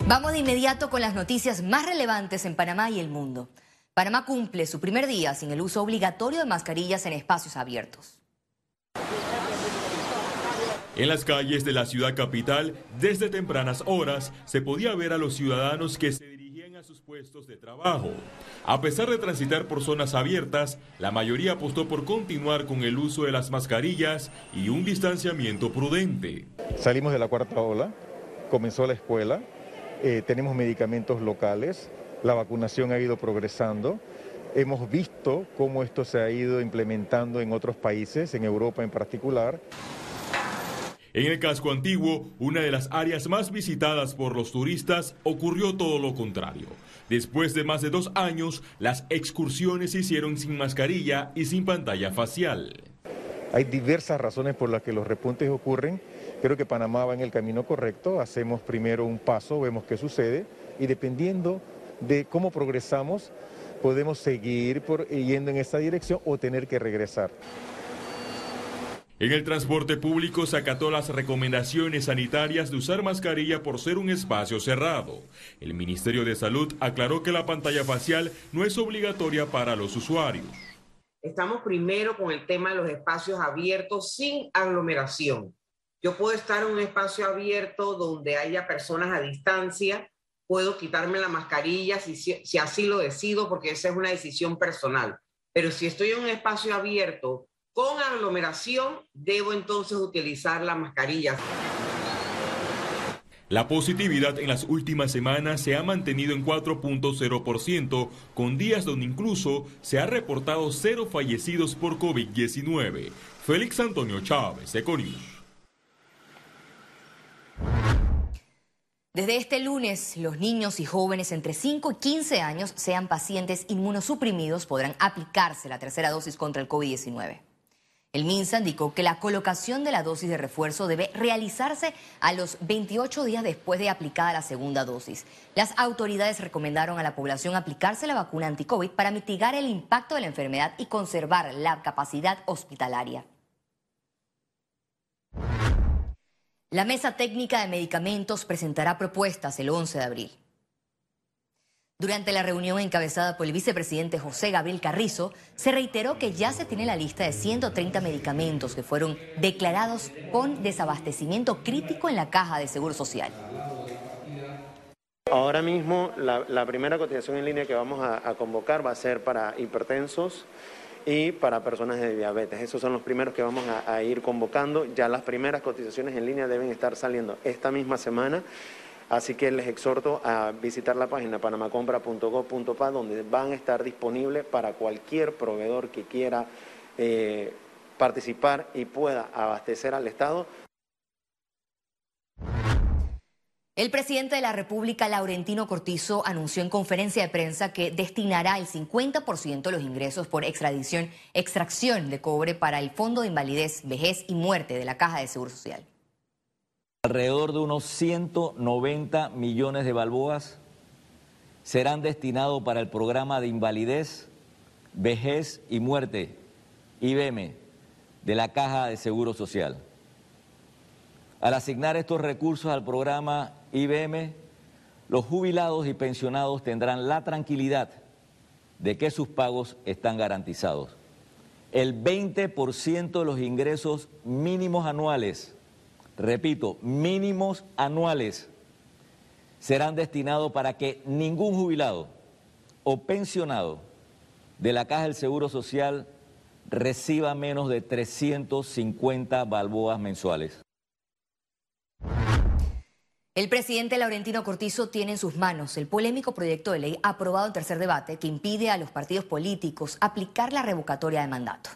Vamos de inmediato con las noticias más relevantes en Panamá y el mundo. Panamá cumple su primer día sin el uso obligatorio de mascarillas en espacios abiertos. En las calles de la ciudad capital, desde tempranas horas, se podía ver a los ciudadanos que se dirigían a sus puestos de trabajo. A pesar de transitar por zonas abiertas, la mayoría apostó por continuar con el uso de las mascarillas y un distanciamiento prudente. Salimos de la cuarta ola, comenzó la escuela, tenemos medicamentos locales, la vacunación ha ido progresando. Hemos visto cómo esto se ha ido implementando en otros países, en Europa en particular. En el casco antiguo, una de las áreas más visitadas por los turistas, ocurrió todo lo contrario. Después de más de 2 años, las excursiones se hicieron sin mascarilla y sin pantalla facial. Hay diversas razones por las que los repuntes ocurren. Creo que Panamá va en el camino correcto. Hacemos primero un paso, vemos qué sucede y dependiendo de cómo progresamos, podemos seguir yendo en esa dirección o tener que regresar. En el transporte público se acató las recomendaciones sanitarias de usar mascarilla por ser un espacio cerrado. El Ministerio de Salud aclaró que la pantalla facial no es obligatoria para los usuarios. Estamos primero con el tema de los espacios abiertos sin aglomeración. Yo puedo estar en un espacio abierto donde haya personas a distancia, puedo quitarme la mascarilla si así lo decido, porque esa es una decisión personal. Pero si estoy en un espacio abierto con aglomeración, debo entonces utilizar la mascarilla. La positividad en las últimas semanas se ha mantenido en 4.0%, con días donde incluso se ha reportado 0 fallecidos por COVID-19. Félix Antonio Chávez, Econius. Desde este lunes, los niños y jóvenes entre 5 y 15 años, sean pacientes inmunosuprimidos, podrán aplicarse la tercera dosis contra el COVID-19. El MINSA indicó que la colocación de la dosis de refuerzo debe realizarse a los 28 días después de aplicada la segunda dosis. Las autoridades recomendaron a la población aplicarse la vacuna anti-COVID para mitigar el impacto de la enfermedad y conservar la capacidad hospitalaria. La Mesa Técnica de Medicamentos presentará propuestas el 11 de abril. Durante la reunión encabezada por el vicepresidente José Gabriel Carrizo, se reiteró que ya se tiene la lista de 130 medicamentos que fueron declarados con desabastecimiento crítico en la Caja de Seguro Social. Ahora mismo la primera cotización en línea que vamos a convocar va a ser para hipertensos y para personas de diabetes. Esos son los primeros que vamos a ir convocando. Ya las primeras cotizaciones en línea deben estar saliendo esta misma semana. Así que les exhorto a visitar la página panamacompra.gov.pa, donde van a estar disponibles para cualquier proveedor que quiera participar y pueda abastecer al Estado. El presidente de la República, Laurentino Cortizo, anunció en conferencia de prensa que destinará el 50% de los ingresos por extracción de cobre para el Fondo de Invalidez, Vejez y Muerte de la Caja de Seguro Social. Alrededor de unos 190 millones de balboas serán destinados para el programa de invalidez, vejez y muerte, IBM, de la Caja de Seguro Social. Al asignar estos recursos al programa IBM, los jubilados y pensionados tendrán la tranquilidad de que sus pagos están garantizados. El 20% de los ingresos mínimos anuales, repito, mínimos anuales, serán destinados para que ningún jubilado o pensionado de la Caja del Seguro Social reciba menos de 350 balboas mensuales. El presidente Laurentino Cortizo tiene en sus manos el polémico proyecto de ley aprobado en tercer debate que impide a los partidos políticos aplicar la revocatoria de mandato.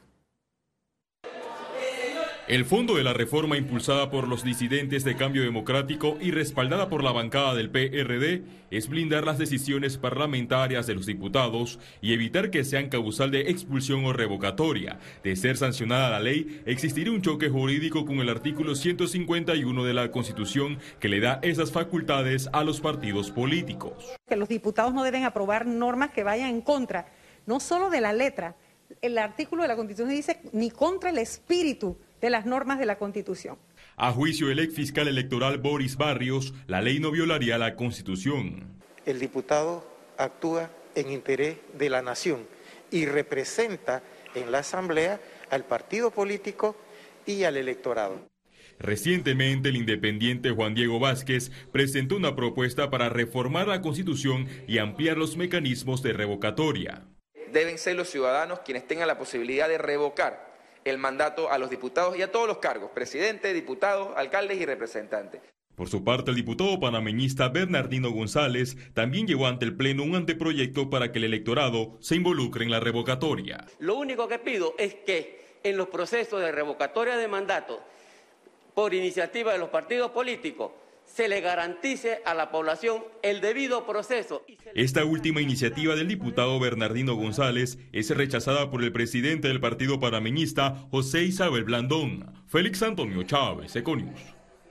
El fondo de la reforma impulsada por los disidentes de Cambio Democrático y respaldada por la bancada del PRD es blindar las decisiones parlamentarias de los diputados y evitar que sean causal de expulsión o revocatoria. De ser sancionada la ley, existiría un choque jurídico con el artículo 151 de la Constitución que le da esas facultades a los partidos políticos. Que los diputados no deben aprobar normas que vayan en contra, no solo de la letra. El artículo de la Constitución dice ni contra el espíritu de las normas de la Constitución. A juicio del ex fiscal electoral Boris Barrios, la ley no violaría la Constitución. El diputado actúa en interés de la nación y representa en la Asamblea al partido político y al electorado. Recientemente, el independiente Juan Diego Vázquez presentó una propuesta para reformar la Constitución y ampliar los mecanismos de revocatoria. Deben ser los ciudadanos quienes tengan la posibilidad de revocar el mandato a los diputados y a todos los cargos, presidente, diputados, alcaldes y representantes. Por su parte, el diputado panameñista Bernardino González también llevó ante el Pleno un anteproyecto para que el electorado se involucre en la revocatoria. Lo único que pido es que en los procesos de revocatoria de mandato, por iniciativa de los partidos políticos, se le garantice a la población el debido proceso. Esta última iniciativa del diputado Bernardino González es rechazada por el presidente del partido panameñista, José Isabel Blandón. Félix Antonio Chávez, Econius.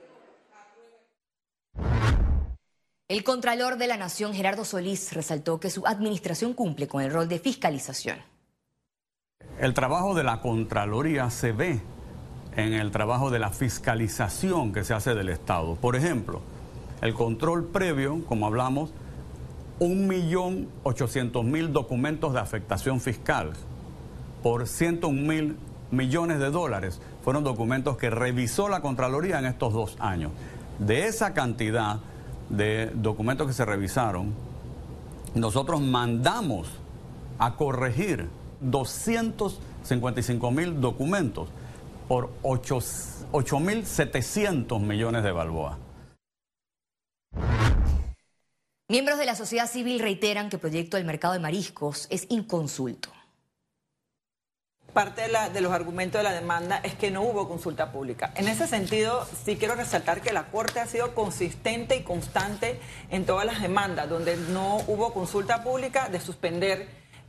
El Contralor de la Nación, Gerardo Solís, resaltó que su administración cumple con el rol de fiscalización. El trabajo de la Contraloría se ve en el trabajo de la fiscalización que se hace del Estado. Por ejemplo, el control previo, como hablamos, 1.800.000 documentos de afectación fiscal por 101.000 millones de dólares. Fueron documentos que revisó la Contraloría en estos 2 años. De esa cantidad de documentos que se revisaron, nosotros mandamos a corregir 255.000 documentos por 8.700 millones de balboas. Miembros de la sociedad civil reiteran que el proyecto del mercado de mariscos es inconsulto. Parte de los argumentos de la demanda es que no hubo consulta pública. En ese sentido, sí quiero resaltar que la Corte ha sido consistente y constante en todas las demandas, donde no hubo consulta pública, de suspender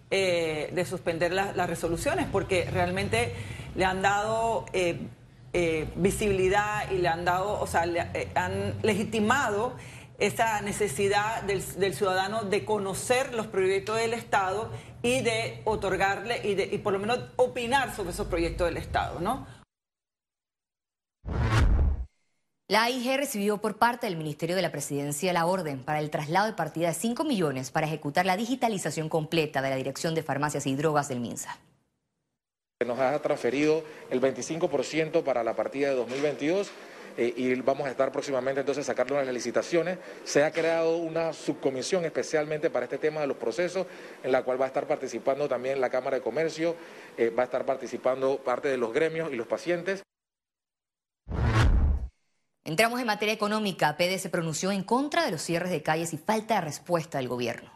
las resoluciones, porque realmente le han dado visibilidad y le han dado, han legitimado esa necesidad del ciudadano de conocer los proyectos del Estado y de otorgarle y por lo menos opinar sobre esos proyectos del Estado, ¿no? La AIG recibió por parte del Ministerio de la Presidencia la orden para el traslado de partida de 5 millones para ejecutar la digitalización completa de la Dirección de Farmacias y Drogas del MINSA. Nos ha transferido el 25% para la partida de 2022 y vamos a estar próximamente entonces sacando las licitaciones. Se ha creado una subcomisión especialmente para este tema de los procesos, en la cual va a estar participando también la Cámara de Comercio, va a estar participando parte de los gremios y los pacientes. Entramos en materia económica. PD se pronunció en contra de los cierres de calles y falta de respuesta del gobierno.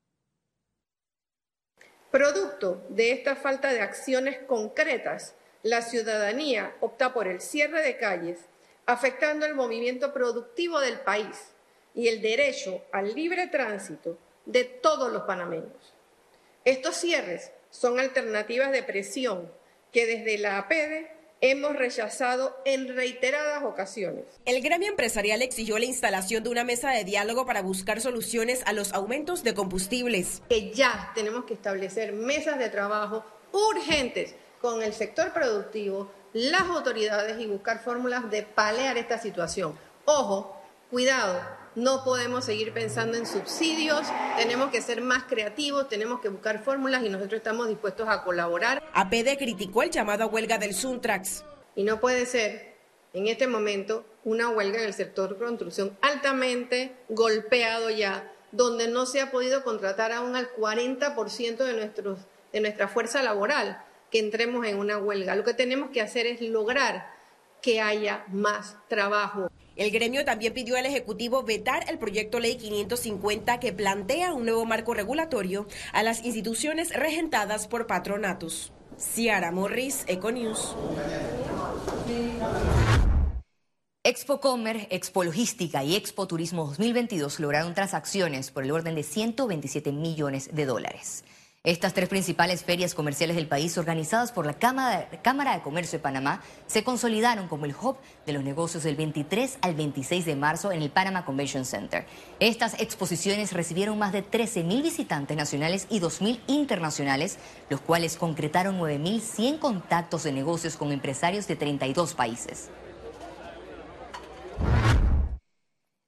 Producto de esta falta de acciones concretas, la ciudadanía opta por el cierre de calles, afectando el movimiento productivo del país y el derecho al libre tránsito de todos los panameños. Estos cierres son alternativas de presión que desde la APD hemos rechazado en reiteradas ocasiones. El gremio empresarial exigió la instalación de una mesa de diálogo para buscar soluciones a los aumentos de combustibles. Que ya tenemos que establecer mesas de trabajo urgentes con el sector productivo, las autoridades y buscar fórmulas de paliar esta situación. Ojo, cuidado, no podemos seguir pensando en subsidios, tenemos que ser más creativos, tenemos que buscar fórmulas y nosotros estamos dispuestos a colaborar. APD criticó el llamado a huelga del Suntrax. Y no puede ser, en este momento, una huelga en el sector construcción altamente golpeado ya, donde no se ha podido contratar aún al 40% de nuestra fuerza laboral, que entremos en una huelga. Lo que tenemos que hacer es lograr que haya más trabajo. El gremio también pidió al Ejecutivo vetar el proyecto Ley 550 que plantea un nuevo marco regulatorio a las instituciones regentadas por patronatos. Ciara Morris, Econius. Expo Comer, Expo Logística y Expo Turismo 2022 lograron transacciones por el orden de 127 millones de dólares. Estas 3 principales ferias comerciales del país, organizadas por la Cámara de Comercio de Panamá, se consolidaron como el hub de los negocios del 23 al 26 de marzo en el Panama Convention Center. Estas exposiciones recibieron más de 13.000 visitantes nacionales y 2.000 internacionales, los cuales concretaron 9.100 contactos de negocios con empresarios de 32 países.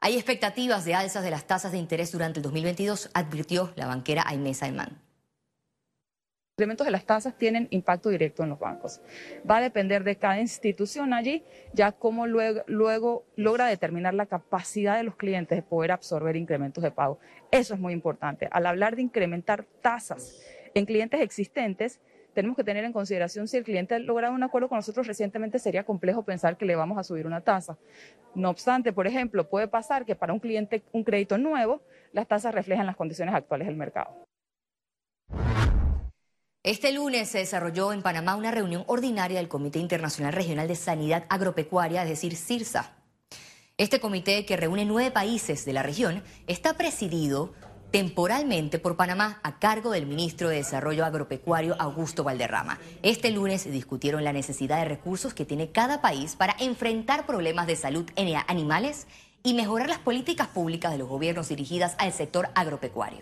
Hay expectativas de alzas de las tasas de interés durante el 2022, advirtió la banquera Aimé Salman. Los incrementos de las tasas tienen impacto directo en los bancos. Va a depender de cada institución allí, ya cómo luego logra determinar la capacidad de los clientes de poder absorber incrementos de pago. Eso es muy importante. Al hablar de incrementar tasas en clientes existentes, tenemos que tener en consideración si el cliente ha logrado un acuerdo con nosotros recientemente, sería complejo pensar que le vamos a subir una tasa. No obstante, por ejemplo, puede pasar que para un cliente un crédito nuevo, las tasas reflejan las condiciones actuales del mercado. Este lunes se desarrolló en Panamá una reunión ordinaria del Comité Internacional Regional de Sanidad Agropecuaria, es decir, CIRSA. Este comité, que reúne 9 países de la región, está presidido temporalmente por Panamá a cargo del ministro de Desarrollo Agropecuario Augusto Valderrama. Este lunes discutieron la necesidad de recursos que tiene cada país para enfrentar problemas de salud en animales y mejorar las políticas públicas de los gobiernos dirigidas al sector agropecuario.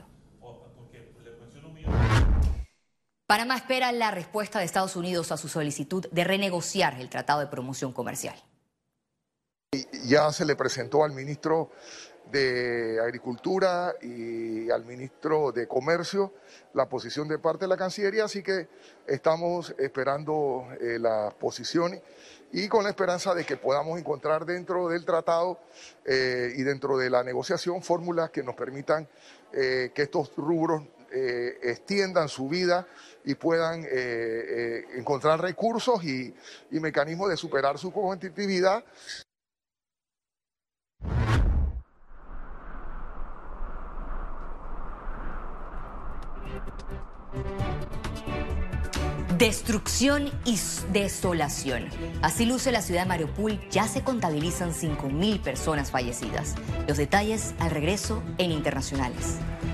Panamá espera la respuesta de Estados Unidos a su solicitud de renegociar el Tratado de Promoción Comercial. Ya se le presentó al ministro de Agricultura y al ministro de Comercio la posición de parte de la Cancillería, así que estamos esperando la posición y con la esperanza de que podamos encontrar dentro del tratado y dentro de la negociación fórmulas que nos permitan que estos rubros extiendan su vida y puedan encontrar recursos y mecanismos de superar su competitividad. Destrucción y desolación. Así luce la ciudad de Mariupol. Ya se contabilizan 5.000 personas fallecidas. Los detalles al regreso en Internacionales.